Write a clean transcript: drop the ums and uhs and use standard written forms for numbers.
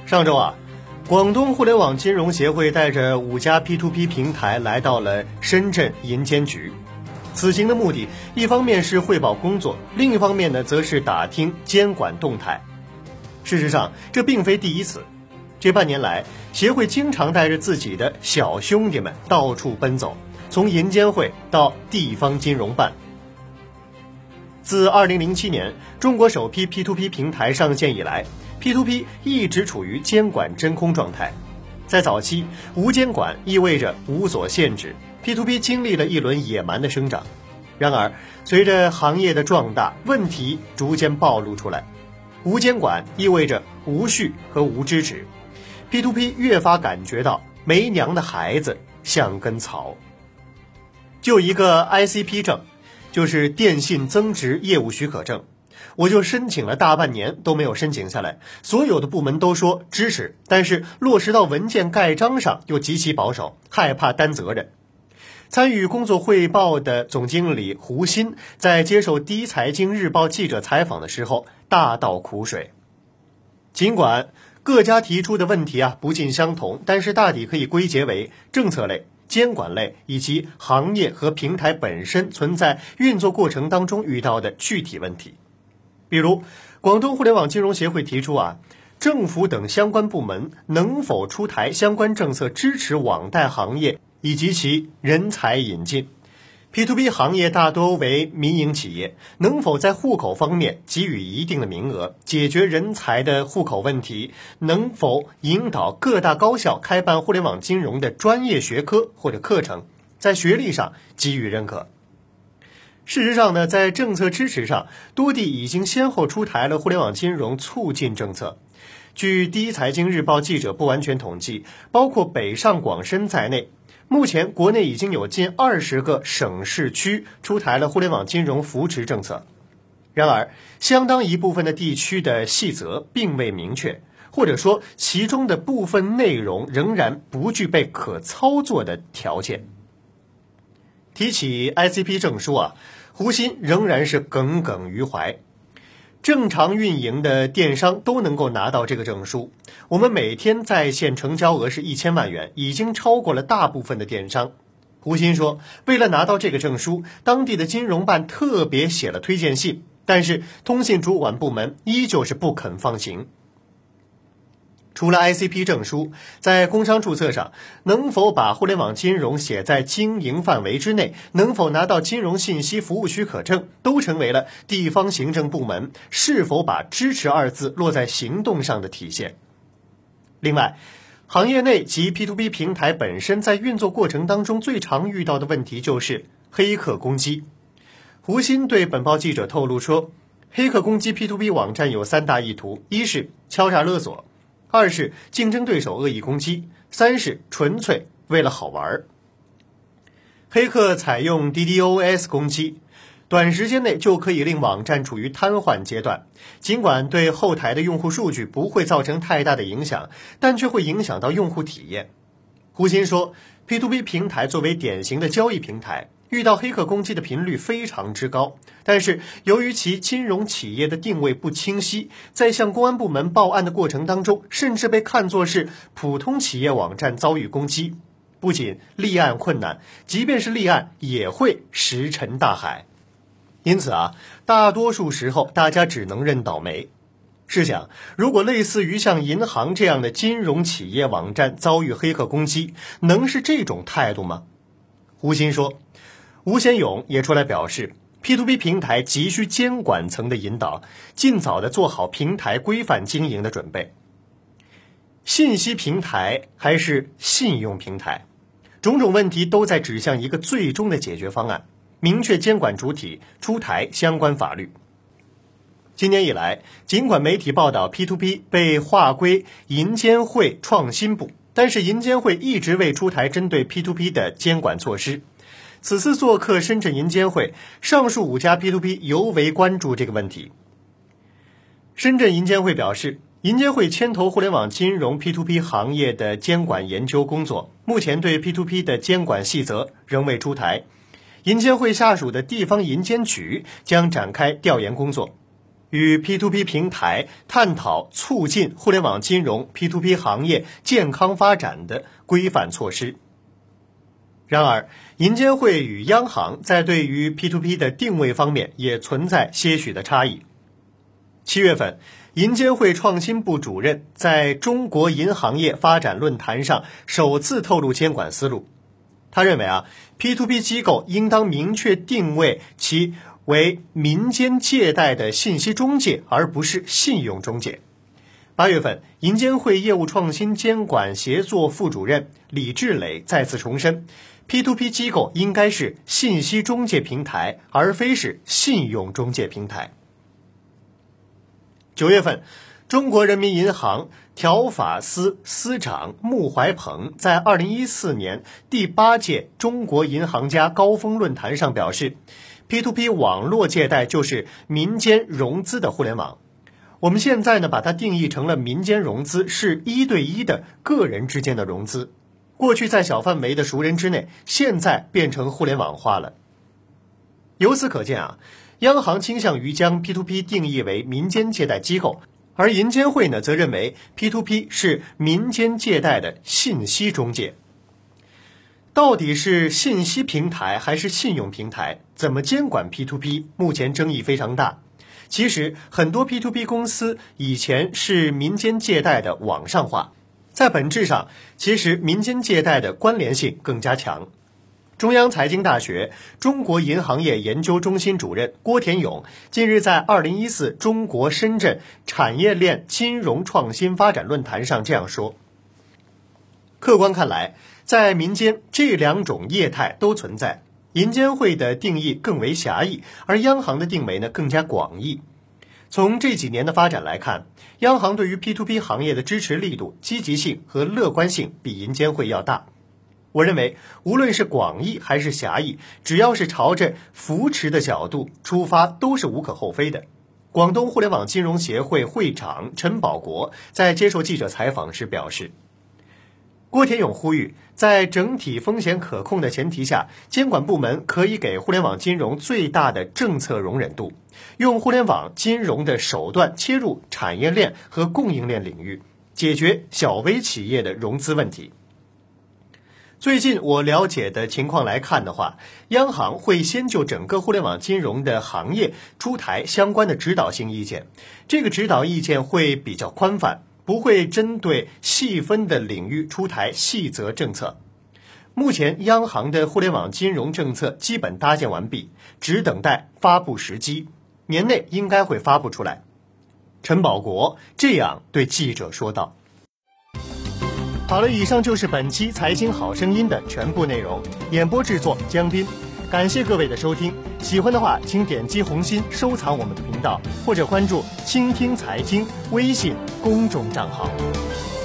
上周广东互联网金融协会带着5家 P2P 平台来到了深圳银监局。此行的目的，一方面是汇报工作，另一方面呢，则是打听监管动态。事实上，这并非第一次。这半年来，协会经常带着自己的小兄弟们到处奔走，从银监会到地方金融办。自2007年中国首批 P2P 平台上线以来， P2P 一直处于监管真空状态。在早期，无监管意味着无所限制， P2P 经历了一轮野蛮的生长。然而，随着行业的壮大，问题逐渐暴露出来。无监管意味着无序和无支持， P2P 越发感觉到没娘的孩子像根草。就一个 ICP 证，就是电信增值业务许可证，我就申请了大半年都没有申请下来，所有的部门都说支持，但是落实到文件盖章上又极其保守，害怕担责任。参与工作汇报的总经理胡鑫在接受第一财经日报记者采访的时候大倒苦水。尽管各家提出的问题不尽相同，但是大抵可以归结为政策类、监管类以及行业和平台本身存在运作过程当中遇到的具体问题。比如，广东互联网金融协会提出政府等相关部门能否出台相关政策支持网贷行业以及其人才引进。 P2P 行业大多为民营企业，能否在户口方面给予一定的名额，解决人才的户口问题？能否引导各大高校开办互联网金融的专业学科或者课程，在学历上给予认可？事实上呢，在政策支持上，多地已经先后出台了互联网金融促进政策。据第一财经日报记者不完全统计，包括北上广深在内，目前国内已经有近20个省市区出台了互联网金融扶持政策。然而，相当一部分的地区的细则并未明确，或者说其中的部分内容仍然不具备可操作的条件。提起 ICP 证书胡鑫仍然是耿耿于怀。正常运营的电商都能够拿到这个证书，我们每天在线成交额是1000万元，已经超过了大部分的电商。胡鑫说，为了拿到这个证书，当地的金融办特别写了推荐信，但是通信主管部门依旧是不肯放行。除了 ICP 证书，在工商注册上能否把互联网金融写在经营范围之内，能否拿到金融信息服务许可证，都成为了地方行政部门是否把支持2字落在行动上的体现。另外，行业内及 P2P 平台本身在运作过程当中最常遇到的问题就是黑客攻击。胡鑫对本报记者透露说，黑客攻击 P2P 网站有3大意图，一是敲诈勒索，2是竞争对手恶意攻击，3是纯粹为了好玩。黑客采用 DDoS 攻击，短时间内就可以令网站处于瘫痪阶段，尽管对后台的用户数据不会造成太大的影响，但却会影响到用户体验。胡鑫说， P2P 平台作为典型的交易平台，遇到黑客攻击的频率非常之高，但是由于其金融企业的定位不清晰，在向公安部门报案的过程当中，甚至被看作是普通企业网站遭遇攻击，不仅立案困难，即便是立案也会石沉大海。因此大多数时候大家只能认倒霉。试想，如果类似于像银行这样的金融企业网站遭遇黑客攻击，能是这种态度吗？胡鑫说，吴先勇也出来表示， P2P 平台急需监管层的引导，尽早的做好平台规范经营的准备。信息平台还是信用平台，种种问题都在指向一个最终的解决方案，明确监管主体，出台相关法律。今年以来，尽管媒体报道 P2P 被划归银监会创新部，但是银监会一直未出台针对 P2P 的监管措施。此次做客深圳银监会，上述5家 P2P 尤为关注这个问题。深圳银监会表示，银监会牵头互联网金融 P2P 行业的监管研究工作，目前对 P2P 的监管细则仍未出台。银监会下属的地方银监局将展开调研工作。 与 P2P 平台探讨促进互联网金融 P2P 行业健康发展的规范措施。然而，银监会与央行在对于 P2P 的定位方面也存在些许的差异。7月份，银监会创新部主任在中国银行业发展论坛上首次透露监管思路。他认为P2P 机构应当明确定位其为民间借贷的信息中介，而不是信用中介。8月份，银监会业务创新监管协作副主任李志磊再次重申， P2P 机构应该是信息中介平台，而非是信用中介平台。9月份，中国人民银行条法司司长穆怀鹏在2014年第8届中国银行家高峰论坛上表示， P2P 网络借贷就是民间融资的互联网。我们现在把它定义成了民间融资，是1对1的个人之间的融资。过去在小范围的熟人之内，现在变成互联网化了。由此可见央行倾向于将 P2P 定义为民间借贷机构，而银监会则认为 P2P 是民间借贷的信息中介。到底是信息平台还是信用平台？怎么监管 P2P？ 目前争议非常大。其实很多 P2P 公司以前是民间借贷的网上化，在本质上，其实民间借贷的关联性更加强。中央财经大学中国银行业研究中心主任郭田勇近日在2014中国深圳产业链金融创新发展论坛上这样说：客观看来，在民间这两种业态都存在，银监会的定义更为狭义，而央行的定位更加广义。从这几年的发展来看，央行对于 P2P 行业的支持力度、积极性和乐观性比银监会要大。我认为，无论是广义还是狭义，只要是朝着扶持的角度出发，都是无可厚非的。广东互联网金融协会会长陈保国在接受记者采访时表示，郭田勇呼吁，在整体风险可控的前提下，监管部门可以给互联网金融最大的政策容忍度，用互联网金融的手段切入产业链和供应链领域，解决小微企业的融资问题。最近我了解的情况来看的话，央行会先就整个互联网金融的行业出台相关的指导性意见，这个指导意见会比较宽泛，不会针对细分的领域出台细则政策。目前央行的互联网金融政策基本搭建完毕，只等待发布时机，年内应该会发布出来。陈保国这样对记者说道。好了，以上就是本期财经好声音的全部内容，演播制作江斌，感谢各位的收听，喜欢的话请点击红心收藏我们的频道，或者关注倾听财经微信公众账号。